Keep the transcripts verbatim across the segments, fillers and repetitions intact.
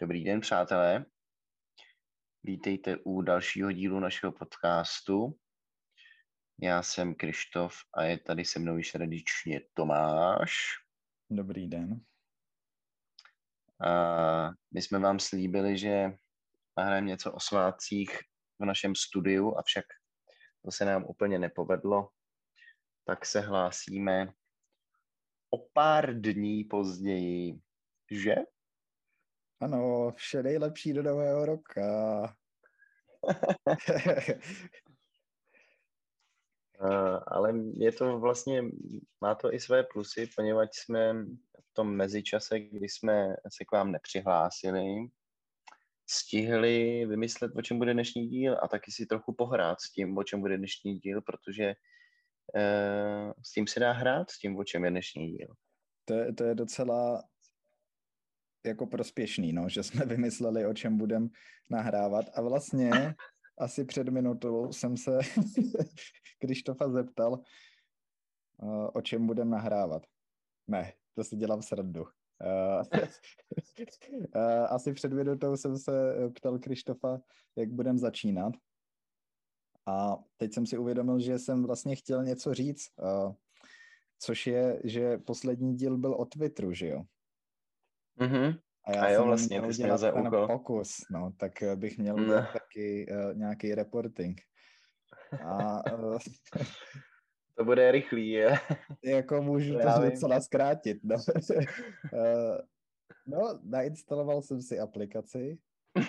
Dobrý den, přátelé. Vítejte u dalšího dílu našeho podcastu. Já jsem Krištof a je tady se mnou již tradičně Tomáš. Dobrý den. A my jsme vám slíbili, že nahrajeme něco o svátcích v našem studiu, avšak to se nám úplně nepovedlo. Tak se hlásíme o pár dní později, že? Ano, vše nejlepší do nového roka. Uh, ale je to vlastně, má to i své plusy, poněvadž jsme v tom mezičase, kdy jsme se k vám nepřihlásili, stihli vymyslet, o čem bude dnešní díl a taky si trochu pohrát s tím, o čem bude dnešní díl, protože uh, s tím se dá hrát, s tím, o čem je dnešní díl. To je, to je docela jako prospěšný, no, že jsme vymysleli, o čem budeme nahrávat a vlastně asi před minutou jsem se Krištofa zeptal, uh, o čem budeme nahrávat. Ne, to si dělám srandu. Uh, uh, asi před minutou jsem se ptal Krištofa, jak budeme začínat. A teď jsem si uvědomil, že jsem vlastně chtěl něco říct, uh, což je, že poslední díl byl o Twitteru, že jo? Mm-hmm. A já A jo, jsem vlastně, měl ty jsi měl udělat za ten úkol. pokus, no, tak bych měl No. udělat taky uh, nějaký reporting. A uh, To bude rychlý, je? jako můžu To to já vím. docela zkrátit, no. uh, no, nainstaloval jsem si aplikaci.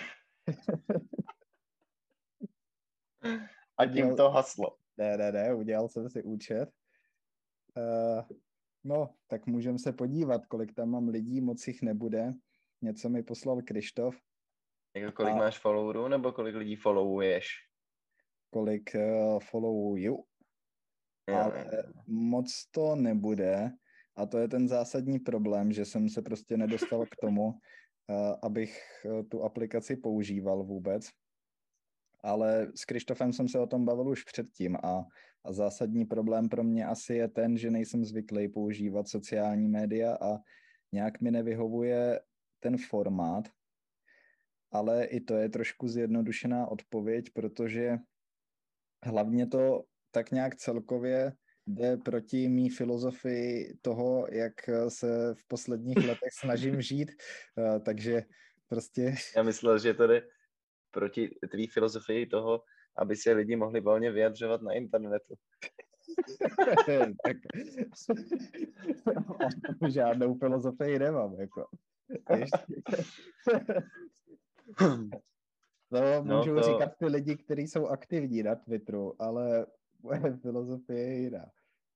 A tím to haslo. Ne, ne, ne, udělal jsem si účet. Uh, no, tak můžeme se podívat, kolik tam mám lidí, moc jich nebude. Něco mi poslal Krištof. Jako kolik A máš followerů, nebo kolik lidí followuješ? kolik uh, followuju. Jo, Ale jo. moc to nebude. A to je ten zásadní problém, že jsem se prostě nedostal k tomu, uh, abych uh, tu aplikaci používal vůbec. Ale s Krištofem jsem se o tom bavil už předtím a, a zásadní problém pro mě asi je ten, že nejsem zvyklý používat sociální média a nějak mi nevyhovuje ten formát, ale i to je trošku zjednodušená odpověď, protože hlavně to tak nějak celkově jde proti mý filozofii toho, jak se v posledních letech snažím žít, takže prostě... Já myslel, že to jde proti tvý filozofii toho, aby se lidi mohli volně vyjadřovat na internetu. tak žádnou filozofii nemám, jako. Ještě. No, můžu No to... říkat ty lidi, kteří jsou aktivní na Twitteru, ale moje filozofie je jiná.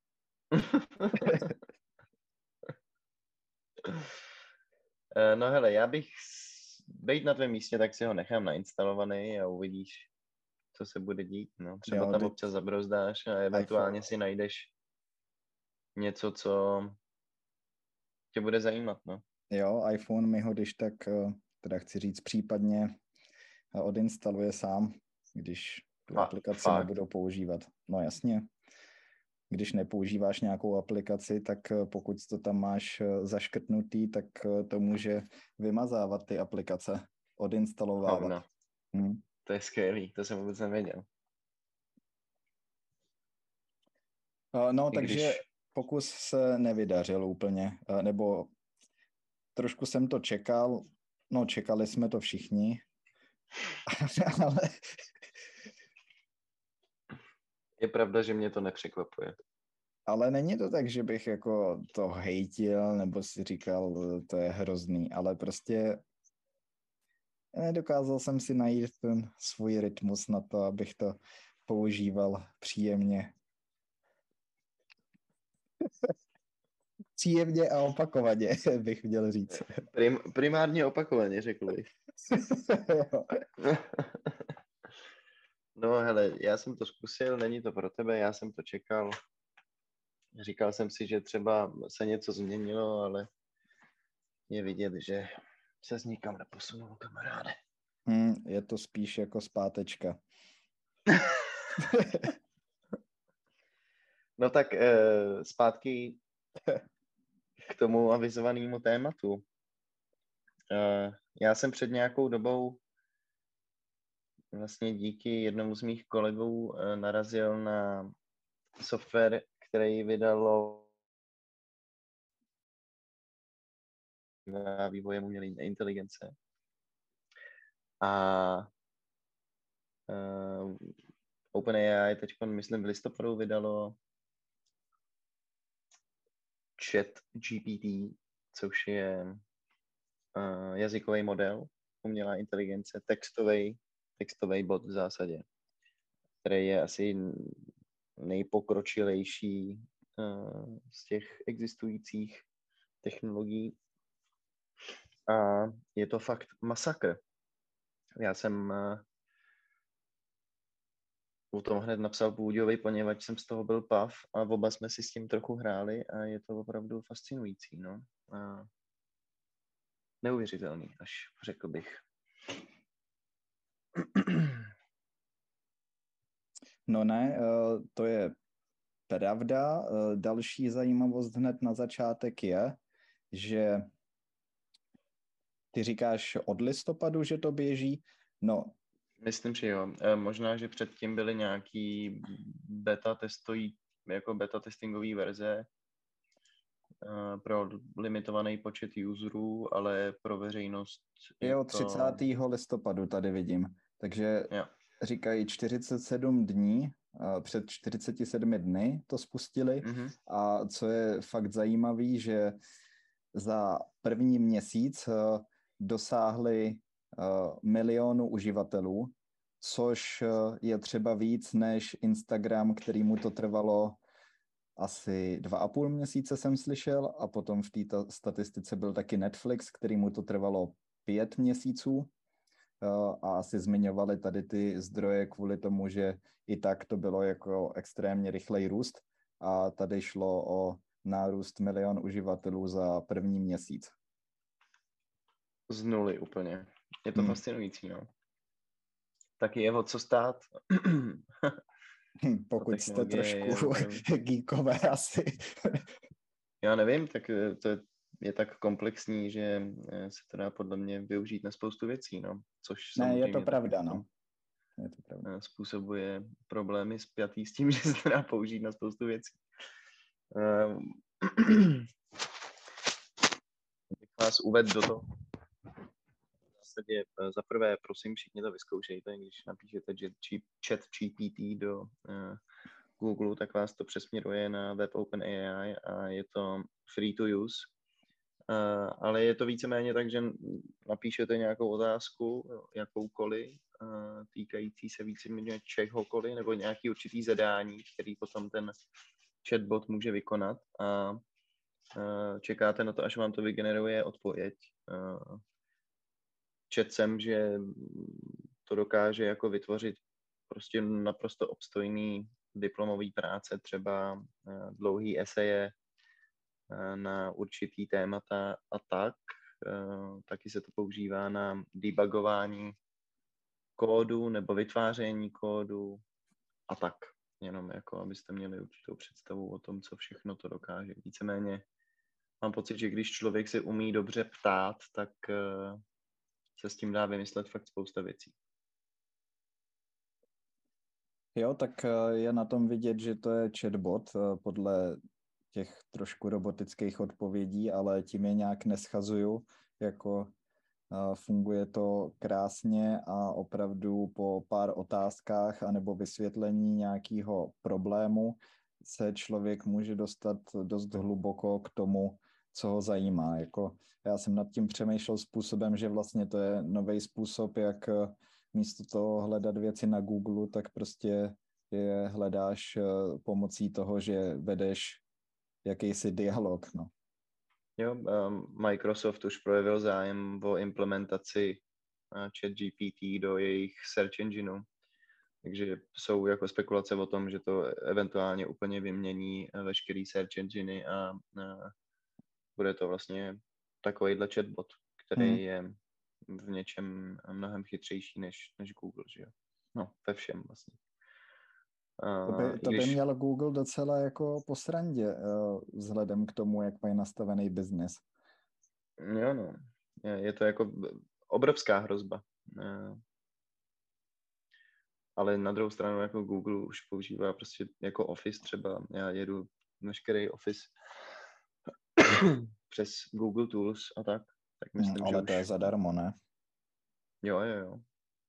No hele, já bych být na tvém místě, tak si ho nechám nainstalovaný a uvidíš, co se bude dít. No, třeba Jo, tam ty- občas zabrozdáš a eventuálně iPhone. si najdeš něco, co tě bude zajímat. No. Jo, iPhone mi ho když tak, eh, teda chci říct, případně eh, odinstaluje sám, když tu Fa- aplikaci fakt. nebudou používat. No jasně. Když nepoužíváš nějakou aplikaci, tak eh, pokud to tam máš eh, zaškrtnutý, tak eh, to může vymazávat ty aplikace, odinstalovávat. Hovno. Hmm. To je skvělý, to jsem vůbec nevěděl. Uh, No, I takže když... pokus se nevydařil úplně, uh, nebo trošku jsem to čekal, no čekali jsme to všichni, ale Je pravda, že mě to nepřekvapuje. ale není to tak, že bych jako to hejtil, nebo si říkal, to je hrozný, ale prostě nedokázal jsem si najít ten svůj rytmus na to, abych to používal příjemně. Příjemně a opakovaně, bych měl říct. Prim, primárně opakovaně, řekl bych. No hele, já jsem to zkusil, není to pro tebe, já jsem to čekal. Říkal jsem si, že třeba se něco změnilo, ale je vidět, že se s nikam neposunul, kamaráde. Hmm, je to spíš jako zpátečka. No tak eh, zpátky k tomu avizovanému tématu. Uh, já jsem před nějakou dobou vlastně díky jednomu z mých kolegů uh, narazil na software, který vydalo na vývojem umělé inteligence. A uh, OpenAI teď, myslím, v listopadu vydalo ChatGPT, což je uh, jazykový model, umělá inteligence, textový, textový bot v zásadě, který je asi nejpokročilejší uh, z těch existujících technologií. A je to fakt masakr. Já jsem uh, o tom hned napsal Půďovi, poněvadž jsem z toho byl pav a oba jsme si s tím trochu hráli a je to opravdu fascinující, no. A neuvěřitelný, až řekl bych. No ne, to je pravda. Další zajímavost hned na začátek je, že ty říkáš od listopadu, že to běží. No, myslím, že jo. Možná, že předtím byly nějaký beta testují, jako beta testingové verze pro limitovaný počet userů, ale pro veřejnost je, je od to... třicátého listopadu tady vidím. Takže jo. říkají čtyřicet sedm dní, před čtyřiceti sedmi dny to spustili. Mm-hmm. A co je fakt zajímavý, že za první měsíc dosáhli milionu uživatelů, což je třeba víc než Instagram, který mu to trvalo asi dva a půl měsíce, jsem slyšel, a potom v té statistice byl taky Netflix, který mu to trvalo pět měsíců, a asi zmiňovali tady ty zdroje kvůli tomu, že i tak to bylo jako extrémně rychlej růst a tady šlo o nárůst milion uživatelů za první měsíc. Z nuly úplně. Je to hmm. fascinující, no. Taky je o co stát. Pokud jste trošku geekové asi. Já nevím, tak to je, je tak komplexní, že se to dá podle mě využít na spoustu věcí, no. Což ne, je to pravda, no. Je to pravda. Způsobuje problémy spjatý s tím, že se to dá použít na spoustu věcí. Bych vás uvedl do toho. V zásadě za prvé, prosím, všichni to vyzkoušejte, když napíšete chat G P T do uh, Google, tak vás to přesměruje na web OpenAI a je to free to use. Uh, ale je to víceméně tak, že napíšete nějakou otázku, jakoukoliv, uh, týkající se víceméně čehokoliv, nebo nějaký určitý zadání, který potom ten chatbot může vykonat a uh, čekáte na to, až vám to vygeneruje odpověď. Uh, četl jsem, že to dokáže jako vytvořit prostě naprosto obstojný diplomový práce, třeba uh, dlouhý eseje uh, na určitý témata a tak. Uh, taky se to používá na debugování kódu nebo vytváření kódu a tak. Jenom jako, abyste měli určitou představu o tom, co všechno to dokáže. Víceméně mám pocit, že když člověk se umí dobře ptát, tak uh, se s tím dá vymyslet fakt spousta věcí. Jo, tak je na tom vidět, že to je chatbot podle těch trošku robotických odpovědí, ale tím je nějak neschazuju, jako funguje to krásně a opravdu po pár otázkách anebo vysvětlení nějakého problému se člověk může dostat dost hluboko k tomu, co ho zajímá. Jako já jsem nad tím přemýšlel způsobem, že vlastně to je nový způsob, jak místo toho hledat věci na Google, tak prostě je hledáš pomocí toho, že vedeš jakýsi dialog, no. Jo, um, Microsoft už projevil zájem o implementaci uh, ChatGPT do jejich search engineu. Takže jsou jako spekulace o tom, že to eventuálně úplně vymění veškerý search enginy a uh, bude to vlastně takovýhle chatbot, který hmm. je v něčem mnohem chytřejší než, než Google, že jo? No, ve všem vlastně. Uh, to by, to když... by měl Google docela jako po srandě, uh, vzhledem k tomu, jak mají nastavený biznis. Jo, no. Je, je to jako obrovská hrozba. Ale na druhou stranu jako Google už používá prostě jako Office třeba. Já jedu veškerý Office přes Google Tools a tak. Tak myslím, Hmm, že ale to už... je zadarmo, ne? Jo, jo, jo.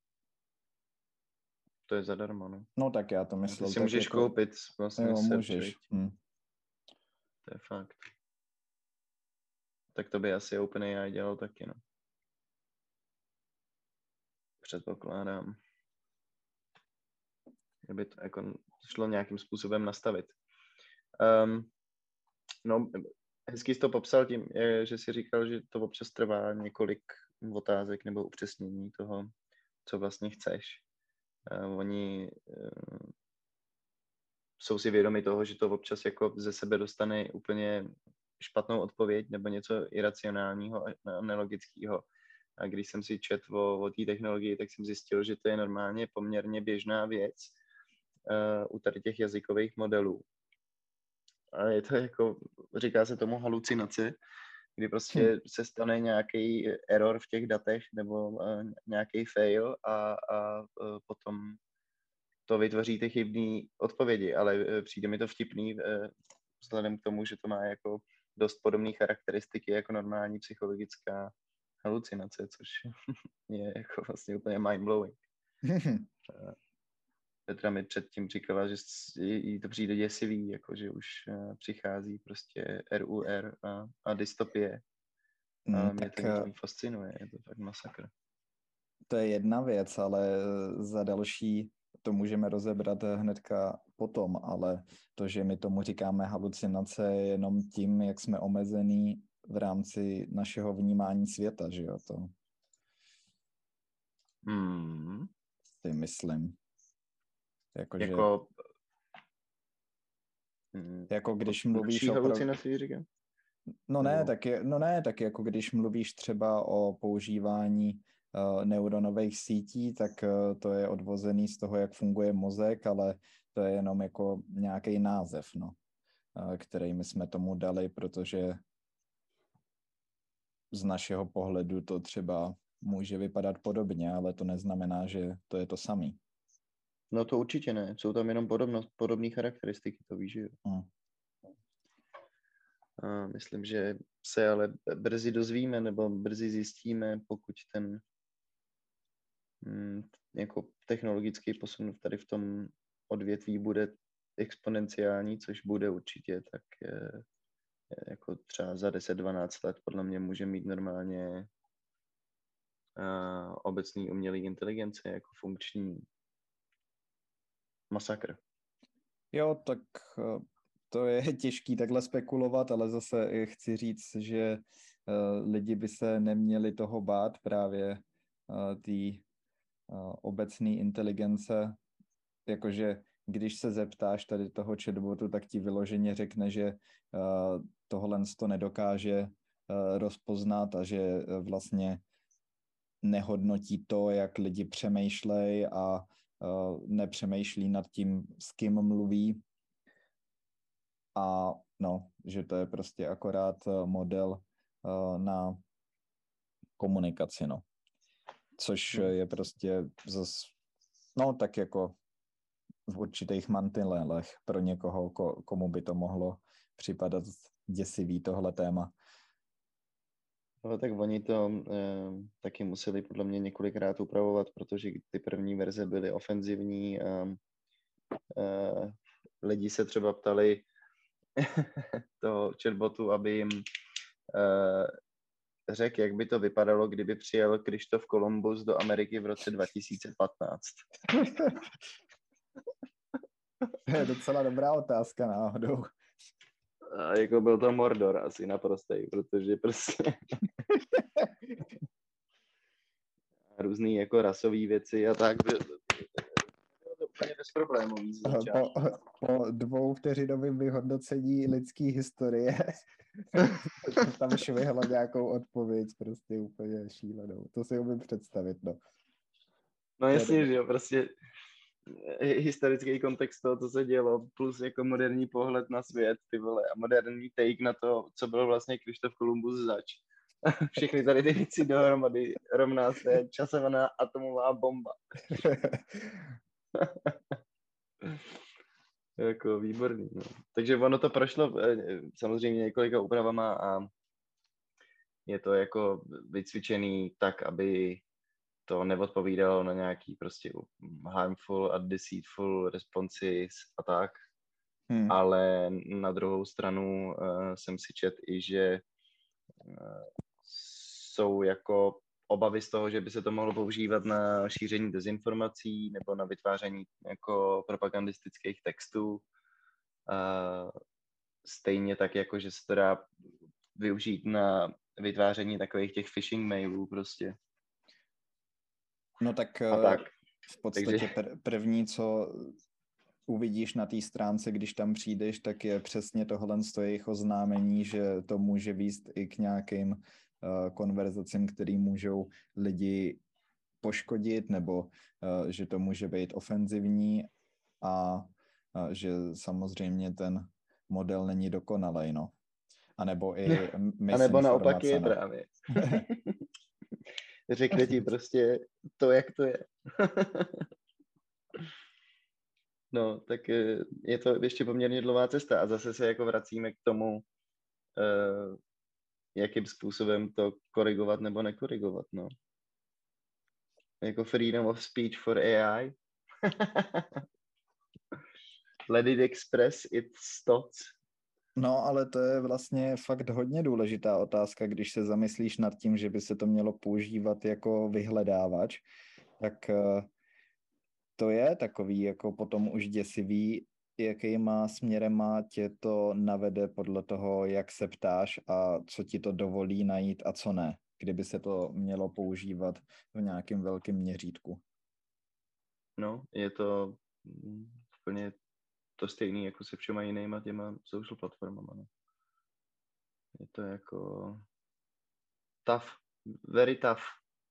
To je zadarmo, no. No tak já to Ty myslel si tak můžeš jako... koupit vlastně Jo, search, můžeš. Hmm. to je fakt. Tak to by asi OpenAI dělal taky, no. Předpokládám. Kdyby to jako šlo nějakým způsobem nastavit. Um, no, hezky jsi to popsal tím, že jsi říkal, že to občas trvá několik otázek nebo upřesnění toho, co vlastně chceš. Uh, oni uh, jsou si vědomi toho, že to občas jako ze sebe dostane úplně špatnou odpověď nebo něco iracionálního a nelogického. A když jsem si četl o, o té technologii, tak jsem zjistil, že to je normálně poměrně běžná věc uh, u tady těch jazykových modelů. A je to jako, říká se tomu halucinace, kdy prostě Hm. se stane nějaký error v těch datech nebo uh, nějaký fail a, a uh, potom to vytvoří ty chybné odpovědi, ale uh, přijde mi to vtipný uh, vzhledem k tomu, že to má jako dost podobné charakteristiky jako normální psychologická halucinace, což je jako vlastně úplně mind-blowing. Petra mi předtím říkala, že jí to přijde děsivý, jako že už přichází prostě R U R a, a dystopie. A mě Tak to někdy fascinuje, je to fakt masakr. to je jedna věc, ale za další to můžeme rozebrat hnedka potom, ale to, že my tomu říkáme halucinace, je jenom tím, jak jsme omezení v rámci našeho vnímání světa, že jo, to Hmm. si myslím. Jakože, jako, jako když od, mluvíš lepší o... halucinaci, říkám? No ne, Nebo... tak je, no ne, tak jako když mluvíš třeba o používání uh, neuronových sítí, tak uh, to je odvozený z toho, jak funguje mozek, ale to je jenom jako nějaký název, no, uh, který my jsme tomu dali, protože z našeho pohledu to třeba může vypadat podobně, ale to neznamená, že to je to samý. No to určitě ne, jsou tam jenom podobnost, podobné charakteristiky, to víš, že jo. Hmm. A myslím, že se ale brzy dozvíme, nebo brzy zjistíme, pokud ten mm, jako technologický posun tady v tom odvětví bude exponenciální, což bude určitě, tak je, je jako třeba za deset dvanáct let podle mě může mít normálně uh, obecný umělý inteligence jako funkční masakr. Jo, tak uh, to je těžký takhle spekulovat, ale zase chci říct, že uh, lidi by se neměli toho bát právě uh, té uh, obecné inteligence, jakože když se zeptáš tady toho chatbotu, tak ti vyloženě řekne, že uh, tohle to nedokáže uh, rozpoznat a že uh, vlastně nehodnotí to, jak lidi přemýšlejí a uh, nepřemýšlí nad tím, s kým mluví. A no, že to je prostě akorát model uh, na komunikaci, no. Což Hmm. je prostě zas, no tak jako v určitých mantinelech pro někoho, ko, komu by to mohlo připadat děsivý tohle téma. No, tak oni to eh, taky museli podle mě několikrát upravovat, protože ty první verze byly ofenzivní a eh, lidi se třeba ptali toho chatbotu, aby jim eh, řekl, jak by to vypadalo, kdyby přijel Krištof Kolumbus do Ameriky v roce dva tisíce patnáct. To je docela dobrá otázka náhodou. A jako byl to Mordor asi naprostej, protože prostě různý jako rasové věci a tak bylo to úplně bez problémů. Po, po dvou vteřinovém vyhodnocení lidské historie tam švihlo nějakou odpověď prostě úplně šílenou. To si umím představit, no. No jasně, že jo, prostě historický kontext toho, co se dělo, plus jako moderní pohled na svět, ty vole, a moderní take na to, co byl vlastně Krištof Kolumbus zač. Všechny tady ty věci dohromady rovná se časovaná atomová bomba. Jako výborný, no. Takže ono to prošlo samozřejmě několika úpravama a je to jako vycvičený tak, aby to neodpovídalo na nějaký prostě harmful a deceitful responses a tak. Hmm. Ale na druhou stranu uh, jsem si čet i, že uh, jsou jako obavy z toho, že by se to mohlo používat na šíření dezinformací nebo na vytváření jako propagandistických textů. Uh, stejně tak, jako že se to dá využít na vytváření takových těch phishing mailů prostě. No tak, a tak. v podstatě Takže... pr- první, co uvidíš na té stránce, když tam přijdeš, tak je přesně tohle z jejich oznámení, že to může vést i k nějakým uh, konverzacím, který můžou lidi poškodit, nebo uh, že to může být ofenzivní a uh, že samozřejmě ten model není dokonalej, no. A nebo i A nebo naopak je no. právě. Řekne ti prostě to, jak to je. No, tak je to ještě poměrně dlouhá cesta a zase se jako vracíme k tomu, uh, jakým způsobem to korigovat nebo nekorigovat, no. Jako freedom of speech for A I. Let it express its thoughts. No, ale to je vlastně fakt hodně důležitá otázka, když se zamyslíš nad tím, že by se to mělo používat jako vyhledávač, tak uh, to je takový jako potom už děsivý, jakýma směrema tě to navede podle toho, jak se ptáš a co ti to dovolí najít a co ne, kdyby se to mělo používat v nějakém velkém měřítku. No, je to úplně to stejné jako se všema jinýma těma social platformama. No. Je to jako tough, very tough.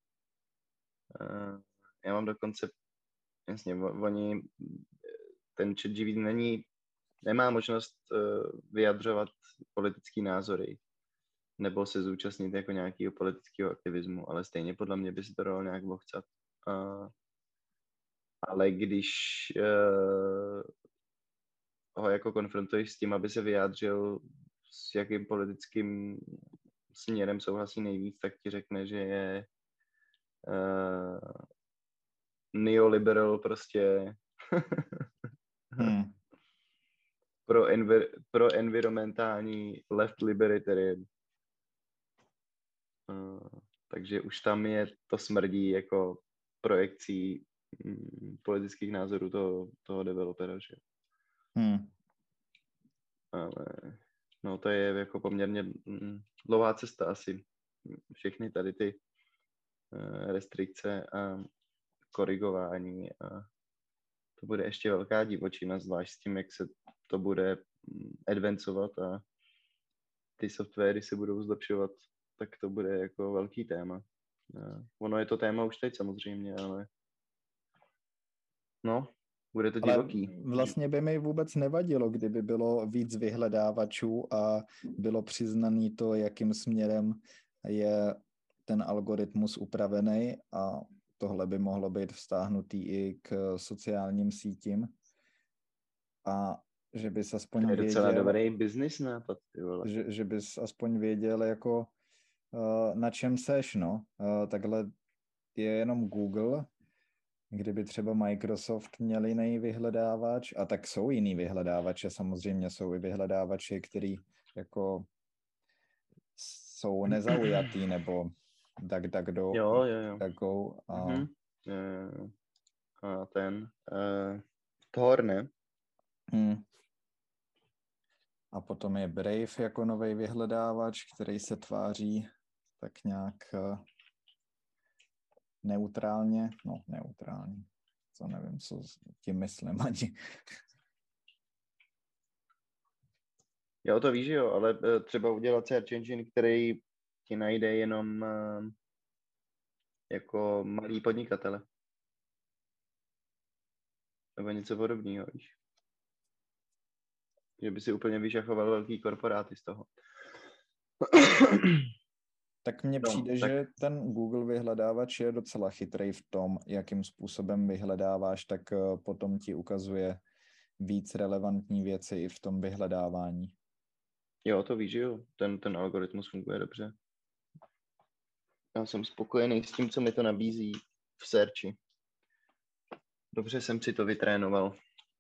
Uh, já mám dokonce jasně, oni, ten ChatGPT není, nemá možnost uh, vyjadřovat politický názory nebo se zúčastnit jako nějakého politického aktivismu, ale stejně podle mě by se to dalo nějak bohcat. Uh, ale když uh, ho jako konfrontuješ s tím, aby se vyjádřil, s jakým politickým směrem souhlasí nejvíc, tak ti řekne, že je uh, neoliberal prostě hmm. pro, envir- pro environmentální left libertarian. Uh, takže už tam je to smrdí jako projekcí mm, politických názorů toho, toho developera, že? Hmm. Ale no to je jako poměrně mm, dlouhá cesta asi. Všechny tady ty uh, restrikce a korigování a to bude ještě velká divočina, zvlášť s tím, jak se to bude advancovat a ty softwary se budou zlepšovat, tak to bude jako velký téma. Ono je to téma už teď samozřejmě, ale no, bude to divoký. Ale vlastně by mi vůbec nevadilo, kdyby bylo víc vyhledávačů a bylo přiznaný to, jakým směrem je ten algoritmus upravený a tohle by mohlo být vztáhnutý i k sociálním sítím a že bys aspoň věděl... To je docela věděl, dobrý business nápad, ty vole. Že, že bys aspoň věděl, jako uh, na čem seš, no. Uh, takhle je jenom Google, kdyby třeba Microsoft měl jiný vyhledávač, a tak jsou jiný vyhledávače, samozřejmě jsou i vyhledávače, který jako jsou nezaujatý, nebo DuckDuckGo, jo, jo, jo. DuckDuckGo a... Mm-hmm. Uh, a ten uh, Thor, ne? Hmm. A potom je Brave jako nový vyhledávač, který se tváří tak nějak uh, neutrálně, no neutrálně, co nevím, co tím myslím ani. Jo, to víš, jo, ale třeba udělat search engine, který ti najde jenom uh, jako malý podnikatele. Nebo něco podobného, víš. Že by si úplně vyšachoval velký korporáty z toho. Tak mně No, přijde, tak že ten Google vyhledávač je docela chytrý v tom, jakým způsobem vyhledáváš, tak eh, potom ti ukazuje víc relevantní věci i v tom vyhledávání. jo, to víš, že jo, ten, ten algoritmus funguje dobře. Já jsem spokojený s tím, co mi to nabízí v searchi. Dobře jsem si to vytrénoval.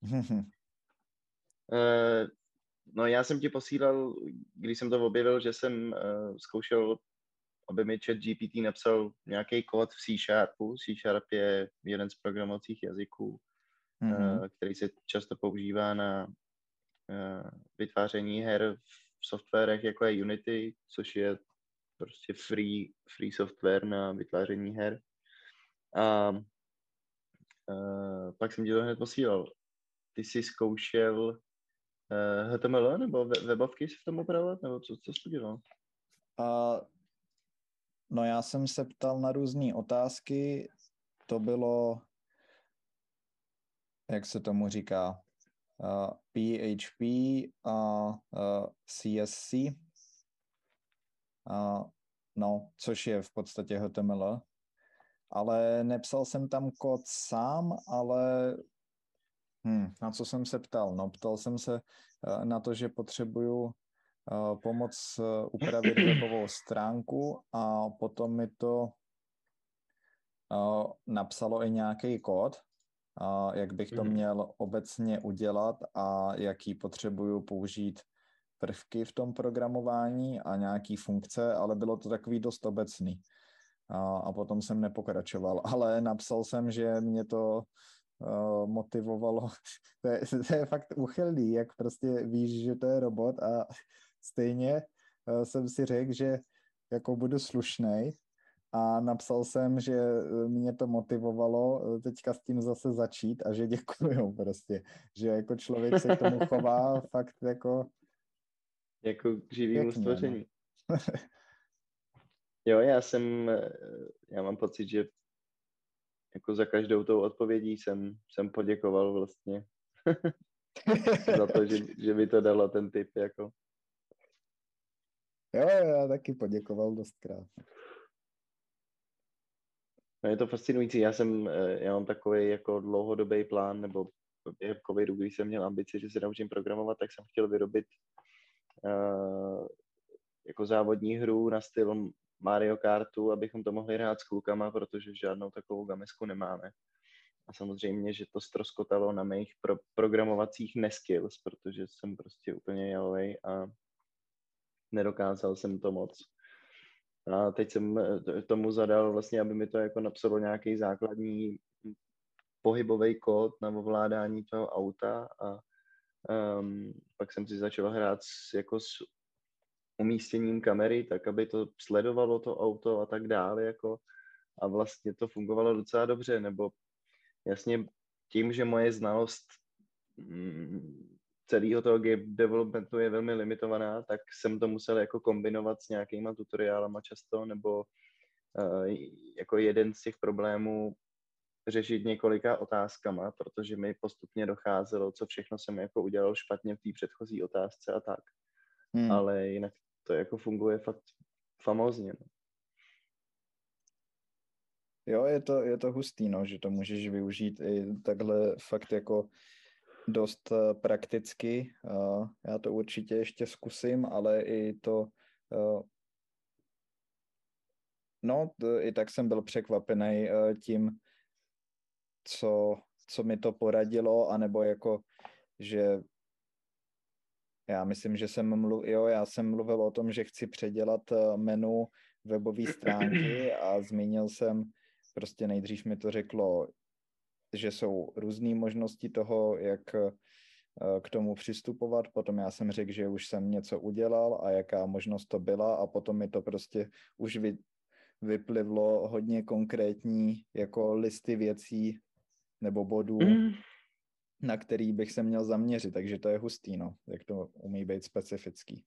Uh, no já jsem ti posílal, když jsem to objevil, že jsem uh, zkoušel, aby mi ChatGPT napsal nějaký kód v C Sharpu. C Sharp je jeden z programovacích jazyků, mm-hmm. uh, který se často používá na uh, vytváření her v softwarech, jako je Unity, což je prostě free, free software na vytváření her. A uh, pak jsem ti to hned posílal. Ty jsi zkoušel uh, H T M L nebo webovky si v tom opravovat, nebo co, co jsi to dělal? Uh, no já jsem se ptal na různé otázky, to bylo, jak se tomu říká, uh, P H P a uh, C S C, uh, no, což je v podstatě H T M L, ale nepsal jsem tam kód sám, ale Hmm, na co jsem se ptal? No, ptal jsem se uh, na to, že potřebuju uh, pomoc uh, upravit webovou stránku a potom mi to uh, napsalo i nějaký kód, uh, jak bych to Mhm. měl obecně udělat a jaký potřebuju použít prvky v tom programování a nějaký funkce, ale bylo to takový dost obecný. A, a potom jsem nepokračoval, ale napsal jsem, že mě to uh, motivovalo. To je, to je fakt uchylný, jak prostě víš, že to je robot a stejně uh, jsem si řekl, že jako budu slušnej a napsal jsem, že mě to motivovalo teďka s tím zase začít a že děkuju prostě, že jako člověk se k tomu chová fakt jako Jako k živýmu pěkně, no. stvoření. Jo, já jsem, já mám pocit, že jako za každou tou odpovědí jsem, jsem poděkoval vlastně za to, že, že mi to dalo ten tip, jako. Jo, já taky poděkoval dostkrát. No je to fascinující, já jsem, já mám takový jako dlouhodobý plán, nebo během covidu, když jsem měl ambici, že se naučím programovat, tak jsem chtěl vyrobit uh, jako závodní hru na styl Mario Kartu, abychom to mohli hrát s klukama, protože žádnou takovou gamesku nemáme. A samozřejmě, že to ztroskotalo na mých pro, programovacích neskills, protože jsem prostě úplně jalovej a nedokázal jsem to moc. A teď jsem tomu zadal vlastně, aby mi to jako napsalo nějaký základní pohybový kód na ovládání toho auta a um, pak jsem si začal hrát s, jako s umístěním kamery, tak aby to sledovalo to auto a tak dále, jako a vlastně to fungovalo docela dobře, nebo jasně tím, že moje znalost mm, celého toho game developmentu je velmi limitovaná, tak jsem to musel jako kombinovat s nějakýma tutoriálama často, nebo uh, jako jeden z těch problémů řešit několika otázkama, protože mi postupně docházelo, co všechno jsem jako udělal špatně v té předchozí otázce a tak. Hmm. Ale jinak to jako funguje fakt famózně. No. Jo, je to, je to hustý, no, že to můžeš využít i takhle fakt jako dost uh, prakticky. Uh, já to určitě ještě zkusím, ale i to uh, no, t- i tak jsem byl překvapený uh, tím, co, co mi to poradilo, anebo jako, že já myslím, že jsem mluvil, jo, já jsem mluvil o tom, že chci předělat uh, menu webové stránky a zmínil jsem, prostě nejdřív mi to řeklo, že jsou různé možnosti toho, jak k tomu přistupovat. Potom já jsem řekl, že už jsem něco udělal a jaká možnost to byla a potom mi to prostě už vy, vyplivlo hodně konkrétní jako listy věcí nebo bodů, mm. na který bych se měl zaměřit. Takže to je hustý, no, jak to umí být specifický.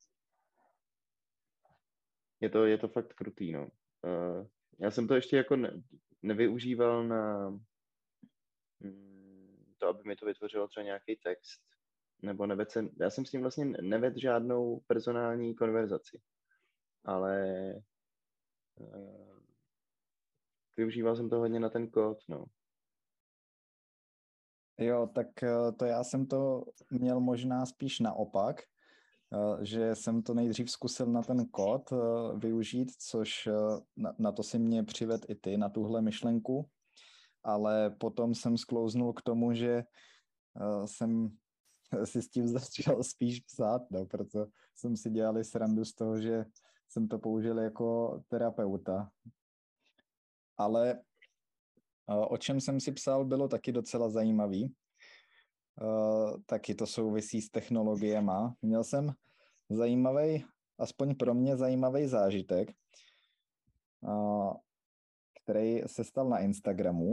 Je to, je to fakt krutý, no. Uh, já jsem to ještě jako ne, nevyužíval na mm, to, aby mi to vytvořilo třeba nějaký text, nebo nevedl jsem, já jsem s ním vlastně nevedl žádnou personální konverzaci, ale Uh, využíval jsem to hodně na ten kód, no. Jo, tak to já jsem to měl možná spíš naopak, že jsem to nejdřív zkusil na ten kód využít, což na, na to si mě přived i ty, na tuhle myšlenku, ale potom jsem sklouznul k tomu, že jsem si s tím začal spíš psát, no, proto jsem si dělal srandu z toho, že jsem to použil jako terapeuta. Ale o čem jsem si psal, bylo taky docela zajímavý. Taky to souvisí s technologiema. Měl jsem zajímavý, aspoň pro mě zajímavý zážitek, který se stal na Instagramu.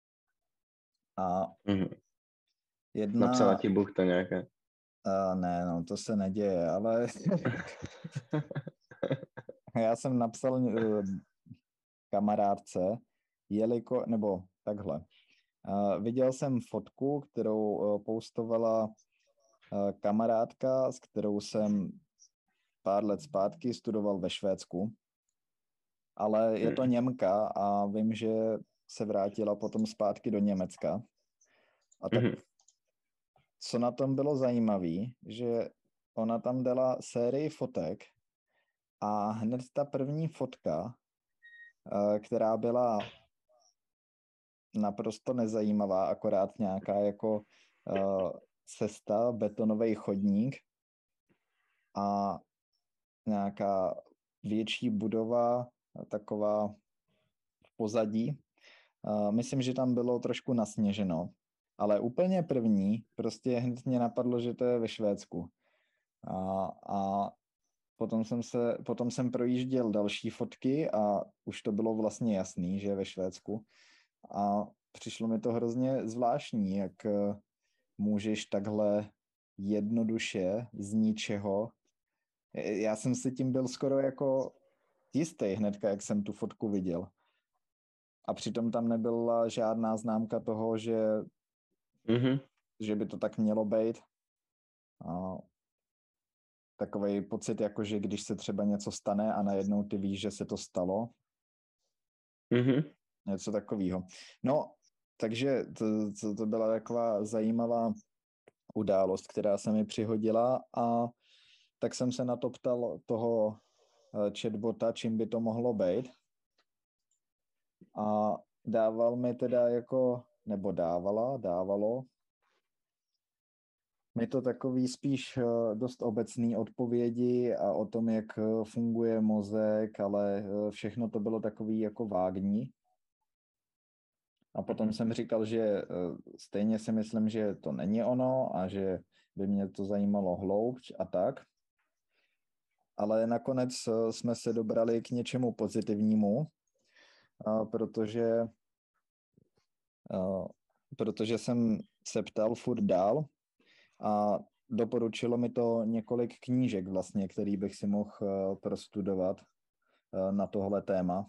A mm-hmm. jedna... Napsala ti Bůh to nějaké? A ne, no, to se neděje, ale já jsem napsal uh, kamarádce, jeliko, nebo takhle. Uh, viděl jsem fotku, kterou uh, postovala uh, kamarádka, s kterou jsem pár let zpátky studoval ve Švédsku, ale je to Němka a vím, že se vrátila potom zpátky do Německa. A tak mm-hmm. co na tom bylo zajímavé, že ona tam dala sérii fotek a hned ta první fotka, která byla naprosto nezajímavá, akorát nějaká jako cesta, betonový chodník a nějaká větší budova, taková v pozadí. Myslím, že tam bylo trošku nasněženo. Ale úplně první, prostě hned mě napadlo, že to je ve Švédsku. A, a potom, jsem se, potom jsem projížděl další fotky a už to bylo vlastně jasný, že je ve Švédsku. A přišlo mi to hrozně zvláštní, jak můžeš takhle jednoduše z ničeho. Já jsem si tím byl skoro jako jistý hnedka, jak jsem tu fotku viděl. A přitom tam nebyla žádná známka toho, že Mm-hmm. že by to tak mělo být. A takový pocit, jako že když se třeba něco stane a najednou ty víš, že se to stalo. Mm-hmm. Něco takového. No, takže to, to, to byla taková zajímavá událost, která se mi přihodila a tak jsem se na to ptal toho chatbota, čím by to mohlo být. A dával mi teda jako, nebo dávala, dávalo mi to takový spíš dost obecný odpovědi a o tom, jak funguje mozek, ale všechno to bylo takový jako vágní. A potom jsem říkal, že stejně si myslím, že to není ono a že by mě to zajímalo hloubš a tak. Ale nakonec jsme se dobrali k něčemu pozitivnímu, protože, protože jsem se ptal furt dál, a doporučilo mi to několik knížek vlastně, který bych si mohl prostudovat na tohle téma.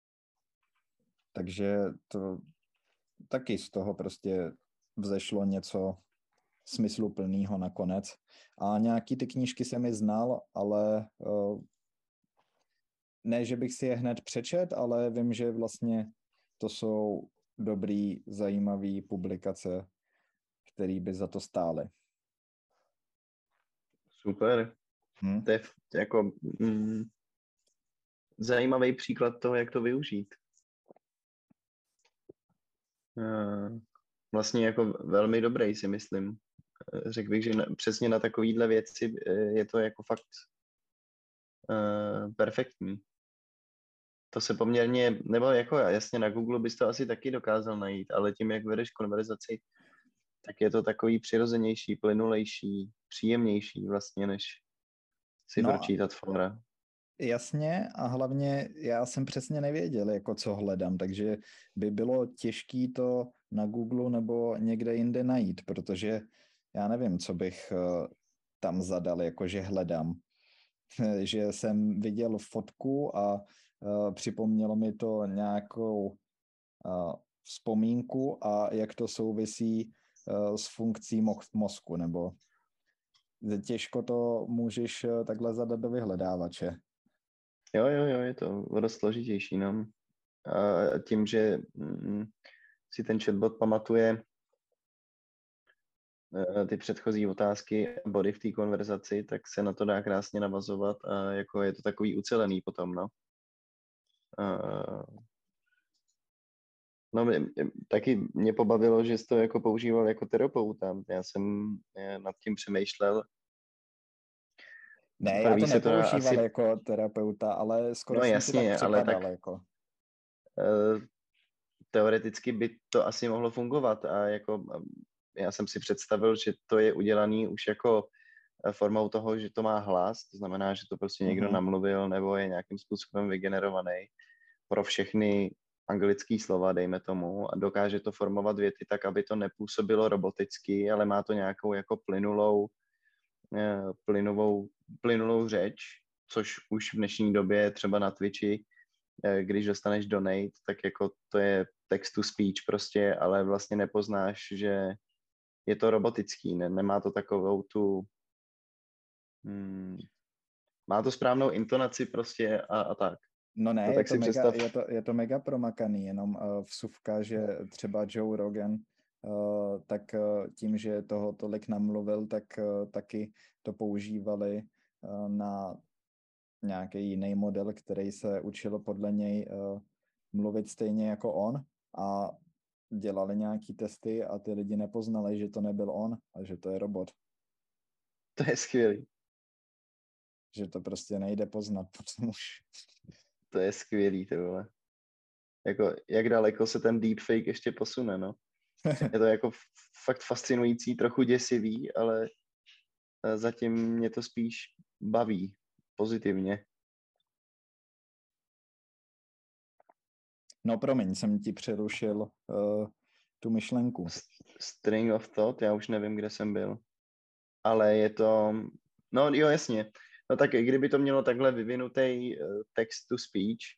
Takže to taky z toho prostě vzešlo něco smysluplného nakonec. A nějaký ty knížky jsem i znal, ale ne, že bych si je hned přečet, ale vím, že vlastně to jsou dobrý, zajímavý publikace, které by za to stály. Super. Hmm? To je jako mm, zajímavý příklad toho, jak to využít. Uh, vlastně jako velmi dobrý, si myslím. Řekl bych, že na, přesně na takovýhle věci je to jako fakt uh, perfektní. To se poměrně, nebo jako jasně na Google bys to asi taky dokázal najít, ale tím, jak vedeš konverzaci, tak je to takový přirozenější, plynulejší, příjemnější vlastně, než si No, pročítat fora. Jasně a hlavně já jsem přesně nevěděl, jako co hledám, takže by bylo těžké to na Google nebo někde jinde najít, protože já nevím, co bych tam zadal, jakože hledám. Že jsem viděl fotku a připomnělo mi to nějakou vzpomínku a jak to souvisí s funkcí mozku, nebo těžko to můžeš takhle zadat do vyhledávače. Jo, jo, jo, je to dost složitější, no. A tím, že mm, si ten chatbot pamatuje eh, ty předchozí otázky a body v té konverzaci, tak se na to dá krásně navazovat a jako je to takový ucelený potom, no. A, no, mě, mě- taky mě pobavilo, že jsi to jako používal jako terapeuta. Já jsem eh, nad tím přemýšlel. Ne, já První to se to dá nepoužíval asi, jako terapeuta, ale skoro no jsem si tak jasně, ale tak připadal, jako. eh, teoreticky by to asi mohlo fungovat a jako eh, já jsem si představil, že to je udělaný už jako eh, formou toho, že to má hlas, to znamená, že to prostě někdo Mhm. namluvil nebo je nějakým způsobem vygenerovaný pro všechny anglické slova, dejme tomu, a dokáže to formovat věty tak, aby to nepůsobilo roboticky, ale má to nějakou jako plynulou, eh, plynulou, plynulou řeč, což už v dnešní době třeba na Twitchi, eh, když dostaneš donate, tak jako to je text to speech prostě, ale vlastně nepoznáš, že je to robotický, ne, nemá to takovou tu, hmm, má to správnou intonaci prostě a, a tak. No ne, To je tak to si mega, představ. je to, je to mega promakaný, jenom uh, vsuvka, že třeba Joe Rogan, uh, tak uh, tím, že toho tolik namluvil, tak uh, taky to používali uh, na nějaký jiný model, který se učil podle něj uh, mluvit stejně jako on a dělali nějaký testy a ty lidi nepoznali, že to nebyl on a že to je robot. To je skvělý. Že to prostě nejde poznat potom už. To je skvělý, ty vole. Jako, jak daleko se ten deepfake ještě posune, no. Je to jako fakt fascinující, trochu děsivý, ale eh, zatím mě to spíš baví pozitivně. No promiň, jsem ti přerušil uh, tu myšlenku. String of thought, já už nevím, kde jsem byl. Ale je to, no jo, jasně. No tak kdyby to mělo takhle vyvinutý text to speech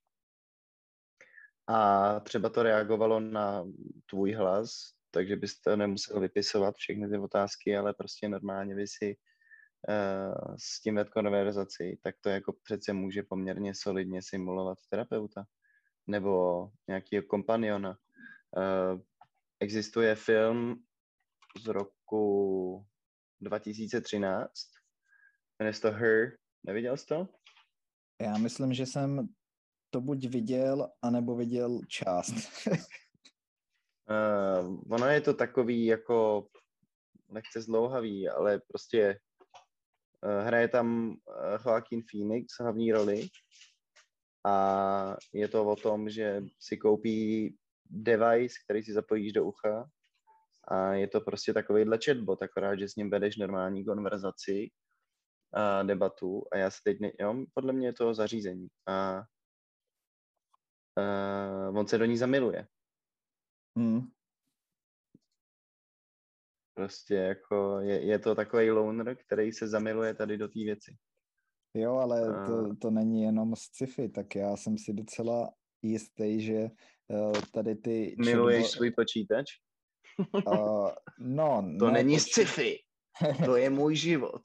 a třeba to reagovalo na tvůj hlas, takže bys to nemusel vypisovat všechny ty otázky, ale prostě normálně by si uh, s tím vedl konverzaci, tak to jako přece může poměrně solidně simulovat terapeuta nebo nějakého kompaniona. Uh, existuje film z roku dva tisíce třináct, jmenuje se to Her. Neviděl jsi to? Já myslím, že jsem to buď viděl, anebo viděl část. Uh, ono je to takový jako nechce zdlouhavý, ale prostě uh, hraje tam uh, Joaquin Phoenix hlavní roli a je to o tom, že si koupí device, který si zapojíš do ucha a je to prostě takovýhle chatbot, akorát, že s ním vedeš normální konverzaci a debatu a já se teď, ne, jo, podle mě je to zařízení a uh, on se do ní zamiluje. Hmm. Prostě jako je, je to takový loner, který se zamiluje tady do té věci. Jo, ale A to, to není jenom sci-fi, tak já jsem si docela jistý, že uh, tady ty miluješ chatbo- svůj počítač? uh, no, To ne, není počí- sci-fi, to je můj život.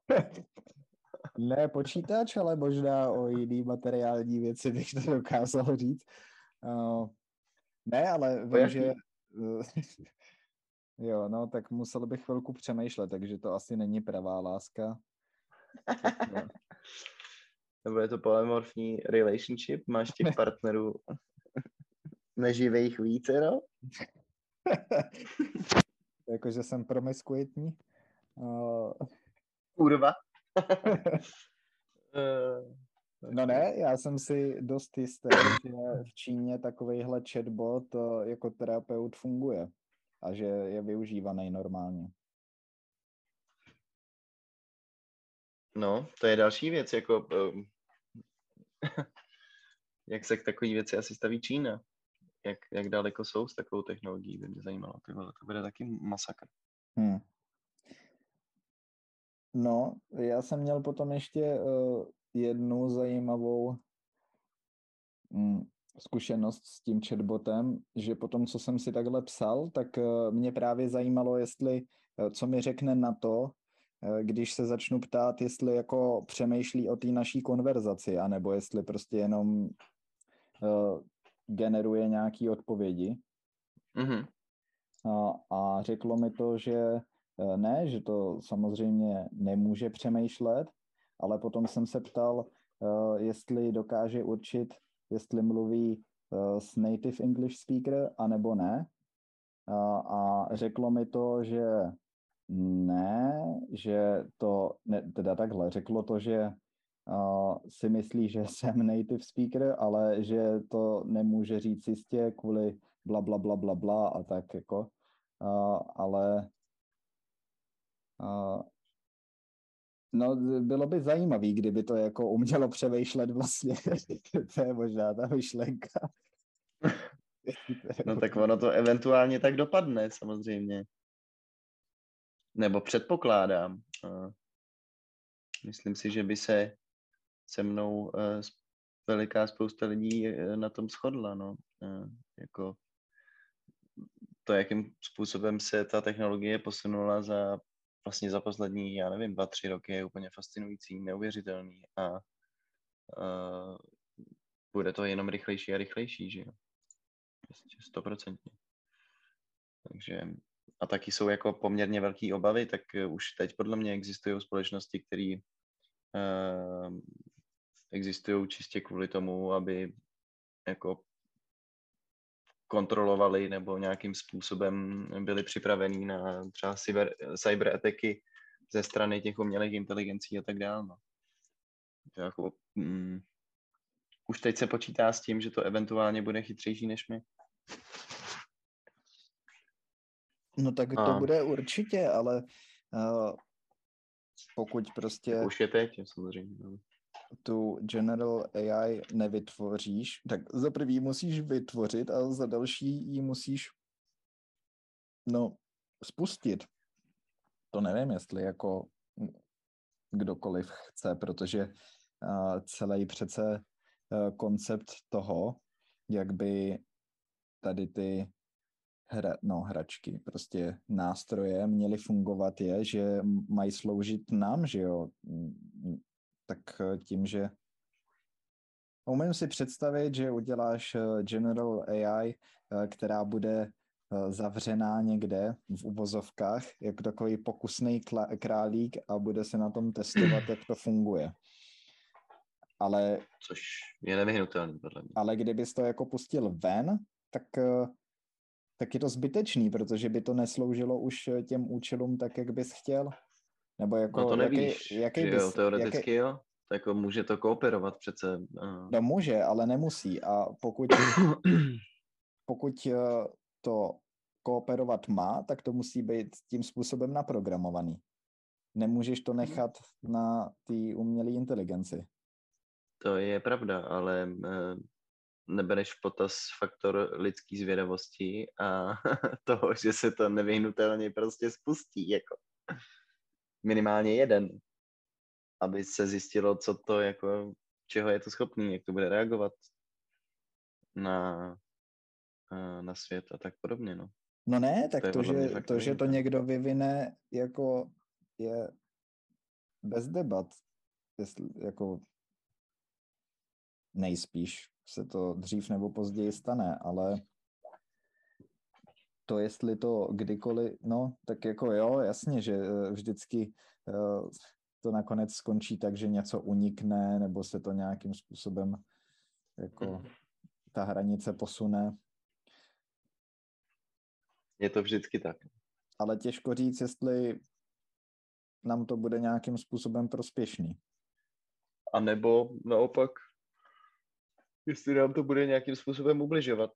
ne počítač, ale možná o jiný materiální věci bych to dokázal říct. Uh, ne, ale O vím, že jaký? uh, jo, no, tak musel bych chvilku přemýšlet, takže to asi není pravá láska. Tak, no. Nebo je to polymorfní relationship? Máš těch partnerů neživejch vícero? Jakože jsem promiskuitní. Uh, Kurva. uh, no okay. ne, já jsem si dost jistý, že v Číně takovejhle chatbot uh, jako terapeut funguje a že je využívaný normálně. No, to je další věc, jako um, jak se k takové věci asi staví Čína. Jak, jak daleko jsou s takovou technologií, by mě zajímalo. Ty vole, to bude taky masakr. Hmm. No, já jsem měl potom ještě uh, jednu zajímavou mm, zkušenost s tím chatbotem, že potom, co jsem si takhle psal, tak uh, mě právě zajímalo, jestli, uh, co mi řekne na to, když se začnu ptát, jestli jako přemýšlí o té naší konverzaci, anebo jestli prostě jenom uh, generuje nějaké odpovědi. Mm-hmm. A, a řeklo mi to, že ne, že to samozřejmě nemůže přemýšlet, ale potom jsem se ptal, uh, jestli dokáže určit, jestli mluví uh, s native English speaker, anebo ne. Uh, a řeklo mi to, že ne, že to, ne, teda takhle, řeklo to, že uh, si myslí, že jsem native speaker, ale že to nemůže říct jistě kvůli bla, bla, bla, bla, bla a tak jako, uh, ale uh, no, bylo by zajímavý, kdyby to jako umělo přemýšlet vlastně, to je možná ta myšlenka. No tak ono to eventuálně tak dopadne, samozřejmě. Nebo předpokládám. Myslím si, že by se se mnou veliká spousta lidí na tom shodla. No. Jako to, jakým způsobem se ta technologie posunula za vlastně za poslední, já nevím, dva, tři roky je úplně fascinující, neuvěřitelný a, a bude to jenom rychlejší a rychlejší, že jo. Prostě stoprocentně. Takže a taky jsou jako poměrně velké obavy, tak už teď podle mě existují společnosti, které uh, existují čistě kvůli tomu, aby jako kontrolovali nebo nějakým způsobem byli připravení na třeba cyber, cyber ataky ze strany těch umělých inteligencí a tak dále. No. Jako, mm, už teď se počítá s tím, že to eventuálně bude chytřejší než my. No tak to a... bude určitě, ale uh, pokud prostě... Tak už je teď, samozřejmě. Tu General A I nevytvoříš, tak za prvý musíš vytvořit a za další ji musíš no, spustit. To nevím, jestli jako kdokoliv chce, protože uh, celý přece uh, koncept toho, jak by tady ty hra, no, hračky, prostě nástroje měly fungovat je, že mají sloužit nám, že jo. Tak tím, že umím si představit, že uděláš General A I, která bude zavřená někde v uvozovkách, jako takový pokusný králík a bude se na tom testovat, jak to funguje. Ale... Což je nevyhnutelný, podle mě. Ale kdybys to jako pustil ven, tak, tak je to zbytečný, protože by to nesloužilo už těm účelům tak, jak bys chtěl. Nebo jako... No to nevíš, jaký, jaký že bys, jo, teoreticky jaký... jo. Tak jako může to kooperovat přece. No může, ale nemusí. A pokud, pokud to kooperovat má, tak to musí být tím způsobem naprogramovaný. Nemůžeš to nechat na té umělé inteligenci. To je pravda, ale nebereš v potaz faktor lidský zvědavosti a toho, že se to nevyhnutelně prostě spustí. Jako. Minimálně jeden. Aby se zjistilo, co to jako, čeho je to schopný, jak to bude reagovat na, na svět a tak podobně, no. No ne, tak to, to, že, to že to někdo vyvine, jako je bez debat. Jestli, jako nejspíš se to dřív nebo později stane, ale to, jestli to kdykoliv, no, tak jako jo, jasně, že vždycky uh, to nakonec skončí tak, že něco unikne, nebo se to nějakým způsobem jako ta hranice posune. Je to vždycky tak. Ale těžko říct, jestli nám to bude nějakým způsobem prospěšný. A nebo naopak, jestli nám to bude nějakým způsobem ubližovat.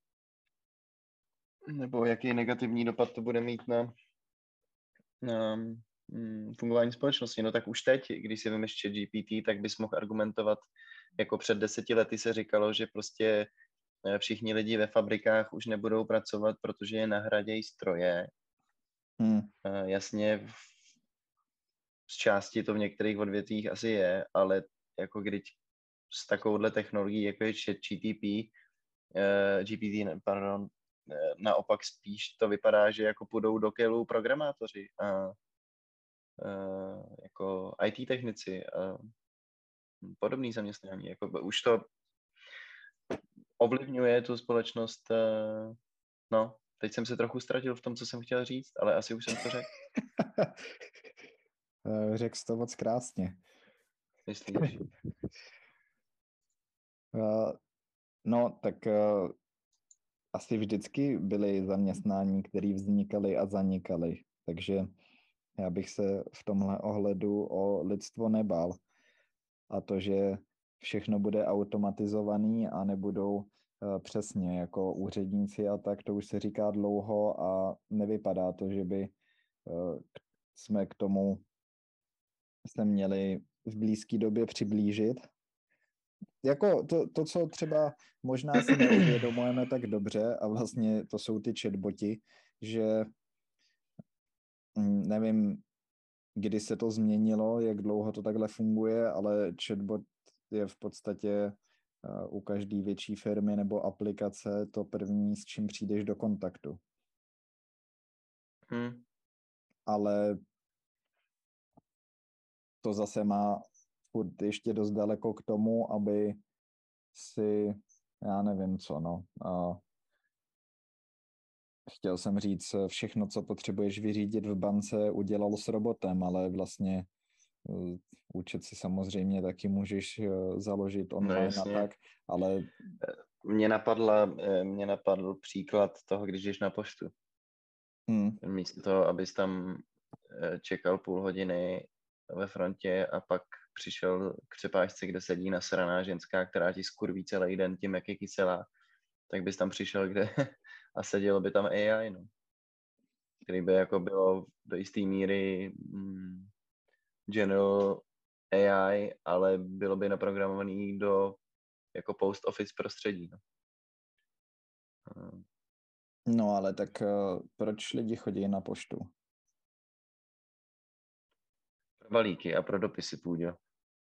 Nebo jaký negativní dopad to bude mít na, na mm, fungování společnosti. No tak už teď, když si vymeš ChatGPT, tak bys mohl argumentovat, jako před deseti lety se říkalo, že prostě všichni lidi ve fabrikách už nebudou pracovat, protože je nahradějí stroje. Hmm. Jasně, v, z části to v některých odvětvích asi je, ale jako když s takovouhle technologií, jako je ChatGPT, uh, G P T, pardon, naopak spíš to vypadá, že jako půjdou do kelu programátoři a uh, jako í té technici a podobný zaměstnání. Jako už to ovlivňuje tu společnost. Uh, no, teď jsem se trochu ztratil v tom, co jsem chtěl říct, ale asi už jsem to řekl. Řekl jsi to moc krásně. Myslíš? Uh, no, tak uh, asi vždycky byly zaměstnání, které vznikaly a zanikaly. Takže já bych se v tomhle ohledu o lidstvo nebál. A to, že všechno bude automatizovaný a nebudou uh, přesně jako úředníci a tak, to už se říká dlouho a nevypadá to, že by uh, jsme k tomu se měli v blízké době přiblížit. Jako to, to, co třeba možná si neuvědomujeme tak dobře, a vlastně to jsou ty chatboti, že nevím, kdy se to změnilo, jak dlouho to takhle funguje, ale chatbot je v podstatě uh, u každé větší firmy nebo aplikace to první, s čím přijdeš do kontaktu. Hmm. Ale to zase má furt ještě dost daleko k tomu, aby si, já nevím co, no, uh, chtěl jsem říct, všechno, co potřebuješ vyřídit v bance, udělal s robotem, ale vlastně uh, účet si samozřejmě taky můžeš uh, založit online No, a tak, ale... Mě, napadla, mě napadl příklad toho, když jdeš na poštu. Hmm. Místo toho, abys tam čekal půl hodiny ve frontě a pak přišel k přepážce, kde sedí nasraná ženská, která ti skurví celý den tím, jak je kyselá, tak bys tam přišel, kde a sedělo by tam á í, no. Který by jako bylo do jisté míry mm, general á í, ale bylo by naprogramovaný do jako post office prostředí. No, no ale tak uh, proč lidi chodí na poštu? Pro balíky a pro dopisy půjde.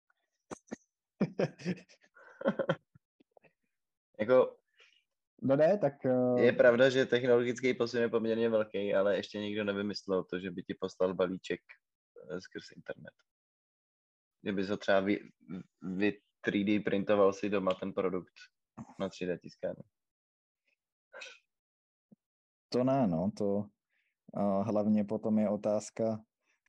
Jako, no ne, tak... Uh... Je pravda, že technologický posun je poměrně velký, ale ještě nikdo nevymyslel to, že by ti poslal balíček skrz internet. Kdyby ho třeba vy, vy tři dé printoval si doma ten produkt na tři dé tiskárně. To ne, no, to uh, hlavně potom je otázka,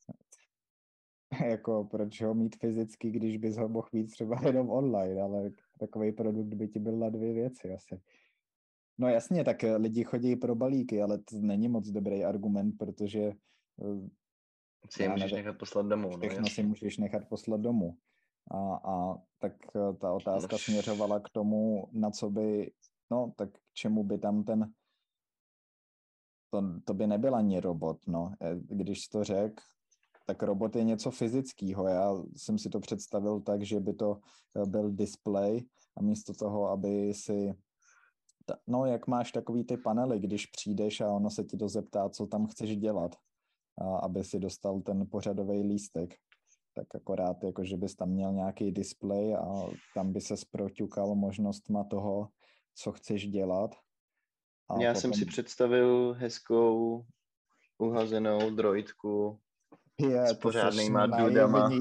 jako proč ho mít fyzicky, když bys ho mohl mít třeba jenom online, ale takový produkt by ti byl na dvě věci asi. No jasně, tak lidi chodí pro balíky, ale to není moc dobrý argument, protože si je můžeš nechat poslat domů. Všechno no, si můžeš nechat poslat domů. A, a tak ta otázka Nož. směřovala k tomu, na co by, no tak k čemu by tam ten, to, to by nebyl ani robot, no. Když jsi to řekl, tak robot je něco fyzického. Já jsem si to představil tak, že by to byl display a místo toho, aby si, no jak máš takový ty panely, když přijdeš a ono se ti to zeptá, co tam chceš dělat, a aby si dostal ten pořadový lístek, tak akorát jako, že bys tam měl nějaký display a tam by se zproťukal možnostma toho, co chceš dělat. A Já potom... jsem si představil hezkou uhazenou droidku je, s pořádnýma dudama,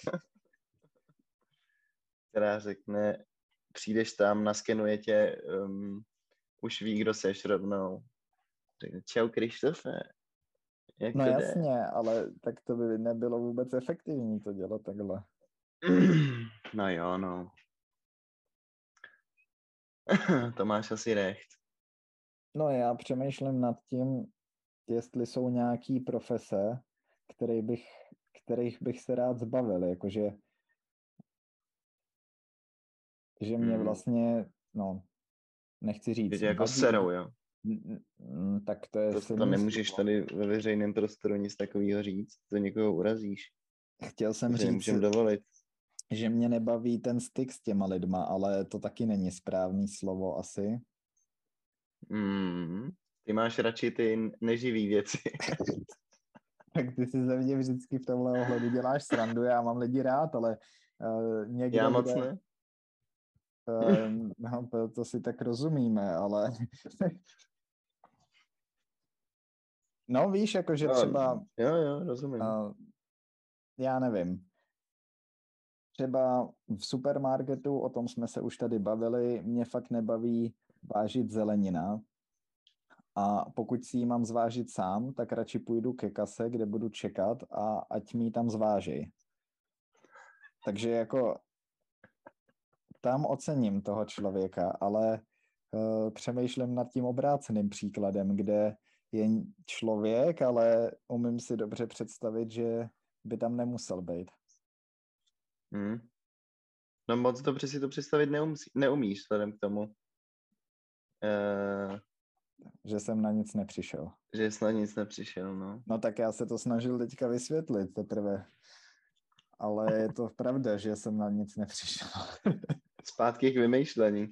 která řekne, přijdeš tam, naskenuje tě, um, už ví, kdo seš rovnou. Řekne, čau Krištofe. Jak no to jasně, jde? ale tak to by nebylo vůbec efektivní to dělat takhle. No jo, no. To máš asi recht. No já přemýšlím nad tím, jestli jsou nějaký profese, který bych, kterých bych se rád zbavil, jakože že mě vlastně, no, nechci říct. Je jako serou, jo? Tak to je To, to nemůžeš tady ve veřejném prostoru nic takového říct, to někoho urazíš. Chtěl jsem to říct, dovolit. že mě nebaví ten styk s těma lidma, ale to taky není správný slovo asi. Mm, ty máš radši ty neživý věci. Tak ty si ze mě vždycky v tomhle ohledu děláš srandu, já mám lidi rád, ale uh, někde, já moc kde, ne. Uh, no, to, to si tak rozumíme, ale no víš, jakože no, třeba jo, jo, rozumím. Uh, já nevím. Třeba v supermarketu, o tom jsme se už tady bavili, mě fakt nebaví vážit zelenina. A pokud si ji mám zvážit sám, tak radši půjdu ke kase, kde budu čekat a ať mi ji tam zváží. Takže jako tam ocením toho člověka, ale uh, přemýšlím nad tím obráceným příkladem, kde je člověk, ale umím si dobře představit, že by tam nemusel být. Hmm. No moc dobře si to představit neumí, neumíš vzhledem k tomu. Uh, že jsem na nic nepřišel. Že jsi na nic nepřišel, no. No tak já se to snažil teďka vysvětlit teprve. Ale je to pravda, že jsem na nic nepřišel. Zpátky k vymýšlení.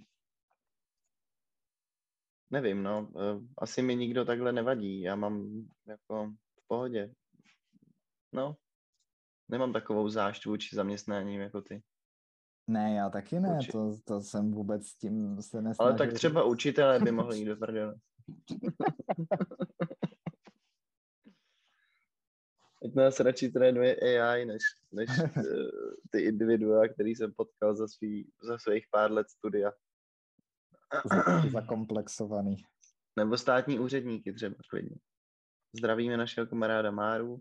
Nevím, no. Asi mi nikdo takhle nevadí. Já mám jako v pohodě. No. Nemám takovou zášť vůči zaměstnáním jako ty. Ne, já taky ne. To, to jsem vůbec s tím se nesnažil. Ale tak třeba učitelé by mohli jít do prdele. Ať nás radši trénuje A I, než, než ty individua, který jsem potkal za, svý, za svých pár let studia. Zakomplexovaný. Nebo státní úředníky třeba klidně. Zdravíme našeho kamaráda Máru.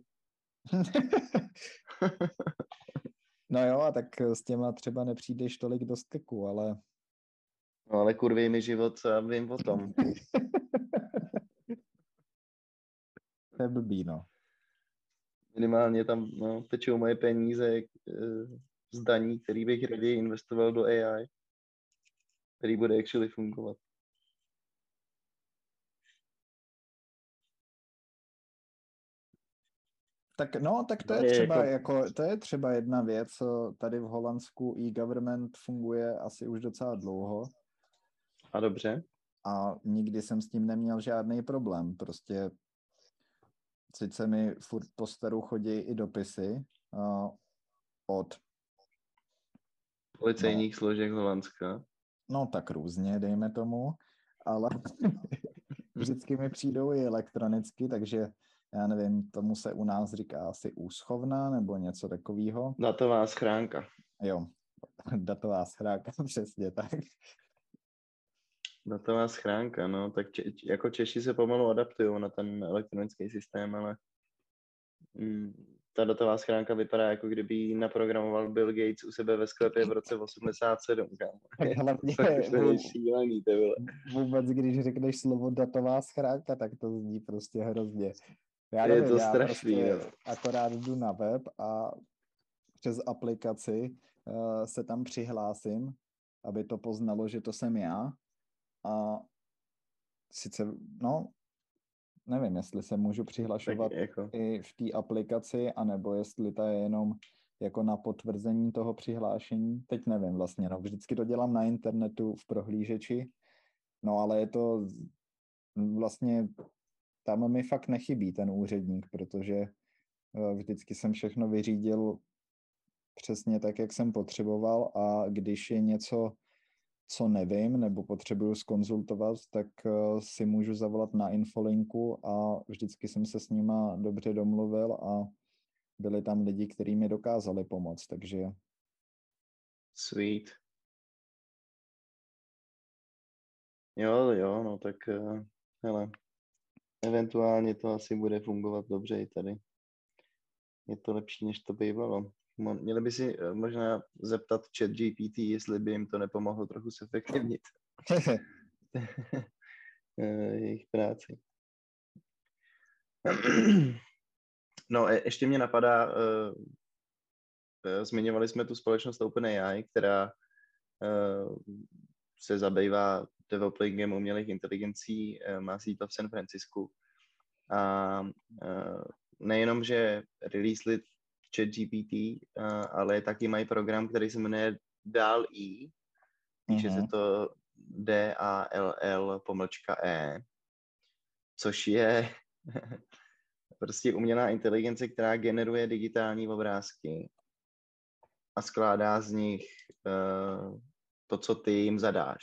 No jo, a tak s těma třeba nepřijdeš tolik do styku, ale... No ale kurví mi život a vím o tom. To je blbý, no. Minimálně tam no, tečou moje peníze z daní, který bych raději investoval do A I, který bude actually fungovat. Tak no, tak to je třeba jako, to je třeba jedna věc, tady v Holandsku e-government funguje asi už docela dlouho. A dobře. A nikdy jsem s tím neměl žádný problém, prostě sice mi furt po staru chodí i dopisy uh, od policejních no, složek Holandska. No tak různě, dejme tomu, ale vždycky mi přijdou i elektronicky, takže já nevím, tomu se u nás říká asi úschovna nebo něco takového. Datová schránka. Jo, datová schránka, přesně tak. Datová schránka, no, tak če, jako Češi se pomalu adaptují na ten elektronický systém, ale mm, ta datová schránka vypadá, jako kdyby ji naprogramoval Bill Gates u sebe ve sklepě v roce osmdesát sedm, kámo. Tak hlavně vůbec, šílený, vůbec, když řekneš slovo datová schránka, tak to zní prostě hrozně. Já nevím, je to já strašný, prostě akorát jdu na web a přes aplikaci uh, se tam přihlásím, aby to poznalo, že to jsem já. A sice, no, nevím, jestli se můžu přihlašovat jako i v té aplikaci, anebo jestli to je jenom jako na potvrzení toho přihlášení. Teď nevím vlastně, no, vždycky to dělám na internetu v prohlížeči, no ale je to vlastně, tam mi fakt nechybí ten úředník, protože vždycky jsem všechno vyřídil přesně tak, jak jsem potřeboval a když je něco, co nevím, nebo potřebuju zkonzultovat, tak si můžu zavolat na infolinku a vždycky jsem se s nima dobře domluvil a byli tam lidi, kteří mi dokázali pomoct, takže... Sweet. Jo, jo, no tak hele, eventuálně to asi bude fungovat dobře i tady. Je to lepší, než to bývalo. Měli by si možná zeptat ChatGPT, jestli by jim to nepomohlo trochu zefektivnit jejich práci. No, ještě mě napadá, zmiňovali jsme tu společnost OpenAI, která se zabývá developingem umělých inteligencí, má sídlo v San Francisku. A nejenom, že releaseli ChatGPT, ale taky mají program, který se jmenuje D A L L-E. Píše mm-hmm. se to D A L L pomlčka E, což je prostě umělá inteligence, která generuje digitální obrázky a skládá z nich uh, to, co ty jim zadáš.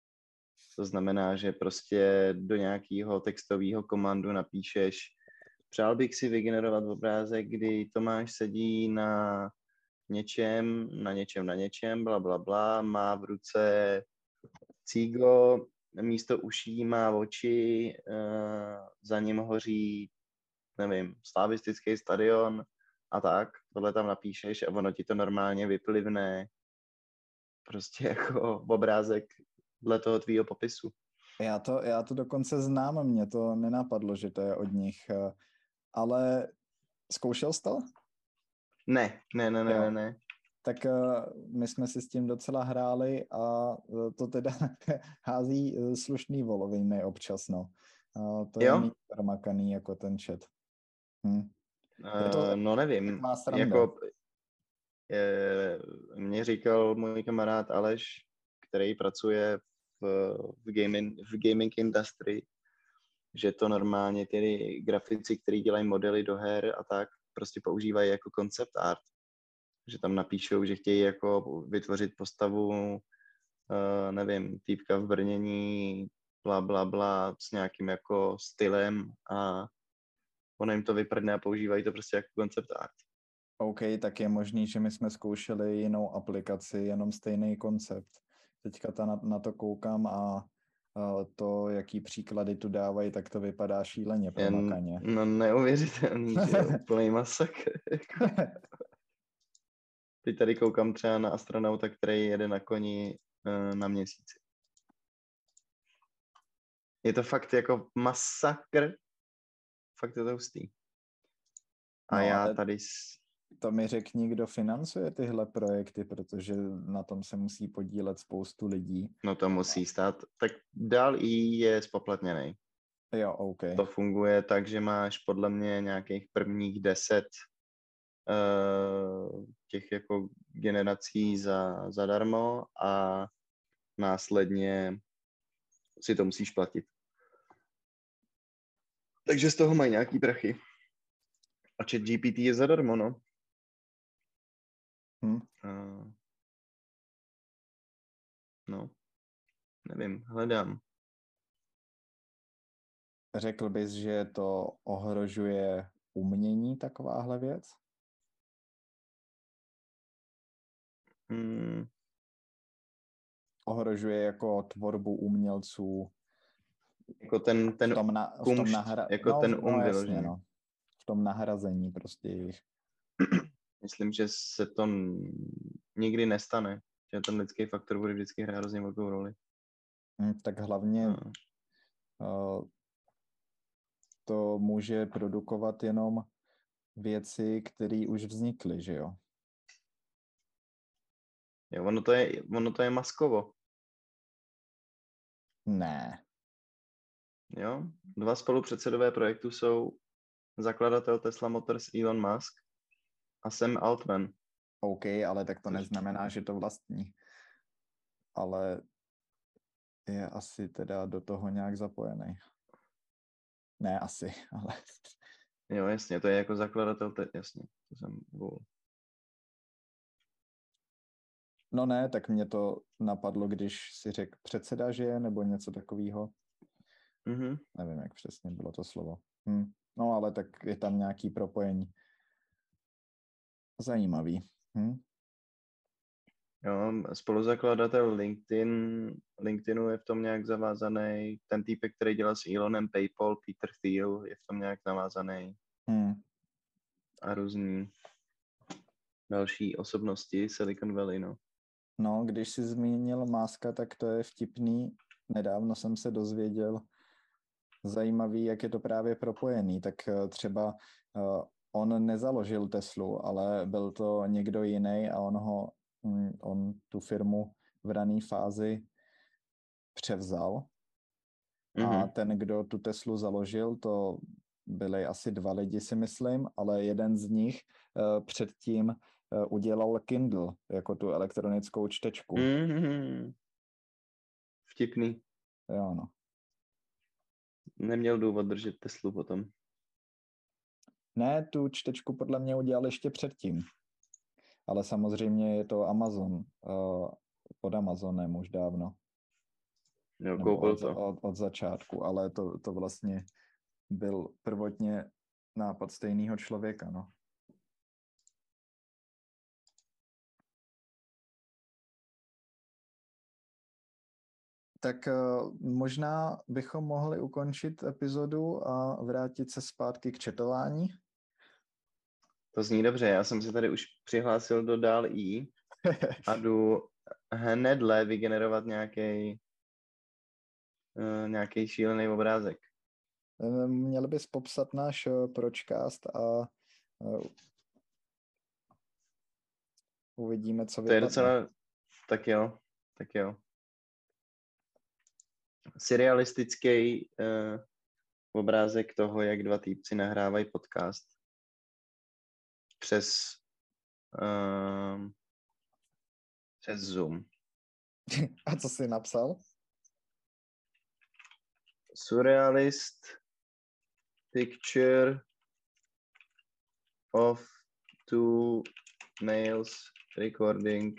To znamená, že prostě do nějakého textového komandu napíšeš přál bych si vygenerovat obrázek, kdy Tomáš sedí na něčem, na něčem, na něčem, bla, bla, bla, má v ruce cígo, místo uší má oči, uh, za ním hoří, nevím, slavistický stadion a tak, tohle tam napíšeš a ono ti to normálně vyplivne prostě jako obrázek dle toho tvýho popisu. Já to, já to dokonce znám, mě to nenapadlo, že to je od nich, ale zkoušel jsi to? Ne, ne, ne, ne, ne, ne. Tak uh, my jsme si s tím docela hráli a uh, to teda hází uh, slušný voloviny občas, no. Uh, to jo? Je mít promakaný jako ten chat. Hm. Je to, uh, no nevím, jako je, mě říkal můj kamarád Aleš, který pracuje v, v, gaming, v gaming industry, že to normálně ty grafici, kteří dělají modely do her a tak, prostě používají jako concept art. Že tam napíšou, že chtějí jako vytvořit postavu, uh, nevím, týpka v brnění, bla, bla, bla, s nějakým jako stylem a ono jim to vyprdne a používají to prostě jako concept art. OK, tak je možný, že my jsme zkoušeli jinou aplikaci, jenom stejný koncept. Teďka ta na, na to koukám a uh, to, jaký příklady tu dávají, tak to vypadá šíleně promakaně. No neuvěřitelný, že je úplný masakr. Teď tady koukám třeba na astronauta, který jede na koni uh, na měsíci. Je to fakt jako masakr. Fakt je to hustý. A no, já tady... To mi řekni, kdo financuje tyhle projekty, protože na tom se musí podílet spoustu lidí. No to musí stát. Tak dál i je spoplatněnej. Jo, OK. To funguje tak, že máš podle mě nějakých prvních deset uh, těch jako generací za, zadarmo a následně si to musíš platit. Takže z toho mají nějaký prachy. A ChatGPT je zadarmo, no. Hmm. Uh, no, nevím, hledám. Řekl bys, že to ohrožuje umění, takováhle věc? Hmm. Ohrožuje jako tvorbu umělců jako ten, ten v tom, na, v tom nahra... jako no, ten no, um jasně, no. V tom nahrazení prostě jich. Myslím, že se to nikdy nestane. Že ten lidský faktor bude vždycky hrát hrozně velkou roli. Hmm, tak hlavně no. uh, to může produkovat jenom věci, které už vznikly, že jo? Jo, ono to je, ono to je maskovo. Ne. Jo, dva spolupředsedové projektu jsou zakladatel Tesla Motors Elon Musk a Sam Altman. OK, ale tak to neznamená, že to vlastní. Ale je asi teda do toho nějak zapojený. Ne, asi, ale... Jo, jasně, to je jako zakladatel, te... jasně, to jsem vůl. No ne, tak mě to napadlo, když si řekl předseda, že je, nebo něco takového. Mm-hmm. Nevím, jak přesně bylo to slovo. Hm. No, ale tak je tam nějaký propojení. Zajímavý. Hm? Jo, spoluzakladatel LinkedIn, LinkedInu je v tom nějak zavázaný. Ten týpek, který dělal s Elonem PayPal, Peter Thiel, je v tom nějak navázaný. Hmm. A různý další osobnosti Silicon Valley, no. No, když jsi zmínil Muska, tak to je vtipný. Nedávno jsem se dozvěděl zajímavý, jak je to právě propojený. Tak třeba uh, on nezaložil Teslu, ale byl to někdo jiný a on ho on tu firmu v rané fázi převzal. Mm-hmm. A ten, kdo tu Teslu založil, to byli asi dva lidi, si myslím, ale jeden z nich uh, předtím uh, udělal Kindle, jako tu elektronickou čtečku. Mm-hmm. Vtipný. Jo, no. Neměl důvod držet Teslu potom. Ne, tu čtečku podle mě udělal ještě předtím. Ale samozřejmě je to Amazon. Uh, pod Amazonem už dávno. Jo, koupil od, to. Od, od začátku, ale to, to vlastně byl prvotně nápad stejného člověka, no. Tak uh, možná bychom mohli ukončit epizodu a vrátit se zpátky k četování. To zní dobře, já jsem se tady už přihlásil do dál i a jdu hnedle vygenerovat nějaký uh, nějaký šílený obrázek. Měl bys popsat náš uh, pročcast a uh, uvidíme, co To je vypadne. docela, tak jo, tak jo. Surrealistický uh, obrázek toho, jak dva týpci nahrávají podcast přes uh, přes Zoom. A co jsi napsal? Surrealist picture of two males recording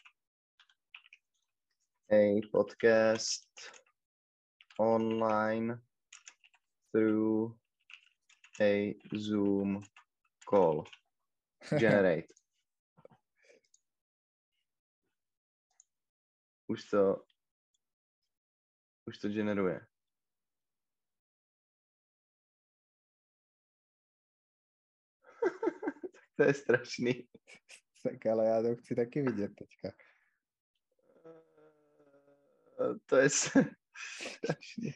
a podcast online through a Zoom call. Generate. Už to už to generuje. To je strašný. Tak ale já to chci taky vidět teďka. To je strašný.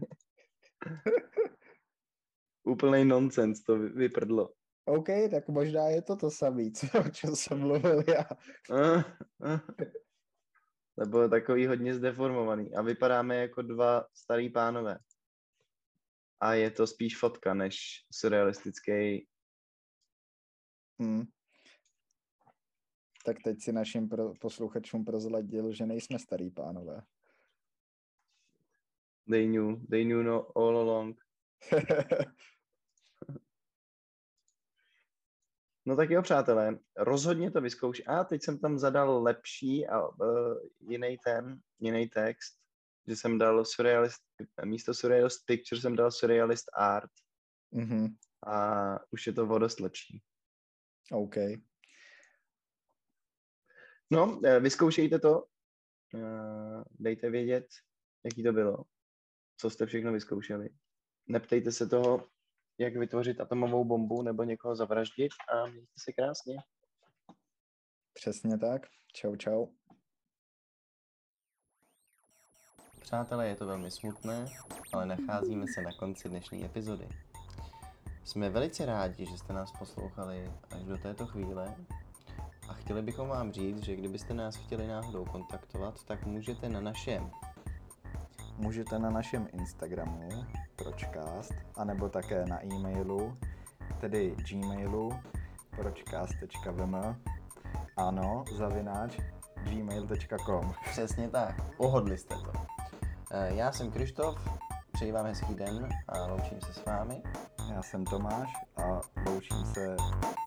Úplnej nonsens to vyprdlo. OK, tak možná je to to samý, co, o čem jsem mluvil já. To bylo takový hodně zdeformovaný. A vypadáme jako dva starý pánové. A je to spíš fotka, než surrealistický. Hmm. Tak teď si našim pro, posluchačům prozradil, že nejsme starý pánové. They knew, they knew no all along. No tak jo, přátelé, rozhodně to vyzkouš. A teď jsem tam zadal lepší a uh, jiný ten, jiný text, že jsem dal surrealist, místo surrealist picture jsem dal surrealist art. Mm-hmm. A už je to o dost lepší. OK. No, vyzkoušejte to, dejte vědět, jaký to bylo, co jste všechno vyzkoušeli. Neptejte se toho, jak vytvořit atomovou bombu nebo někoho zavraždit a mějte se krásně. Přesně tak. Čau, čau. Přátelé, je to velmi smutné, ale nacházíme se na konci dnešní epizody. Jsme velice rádi, že jste nás poslouchali až do této chvíle a chtěli bychom vám říct, že kdybyste nás chtěli náhodou kontaktovat, tak můžete na našem Můžete na našem Instagramu pročcast, anebo také na e-mailu, tedy gmailu pročcast tečka v m ano, zavináč gmail tečka com. Přesně tak, pohodli jste to. Já jsem Krištof, přeji vám hezký den a loučím se s vámi. Já jsem Tomáš a loučím se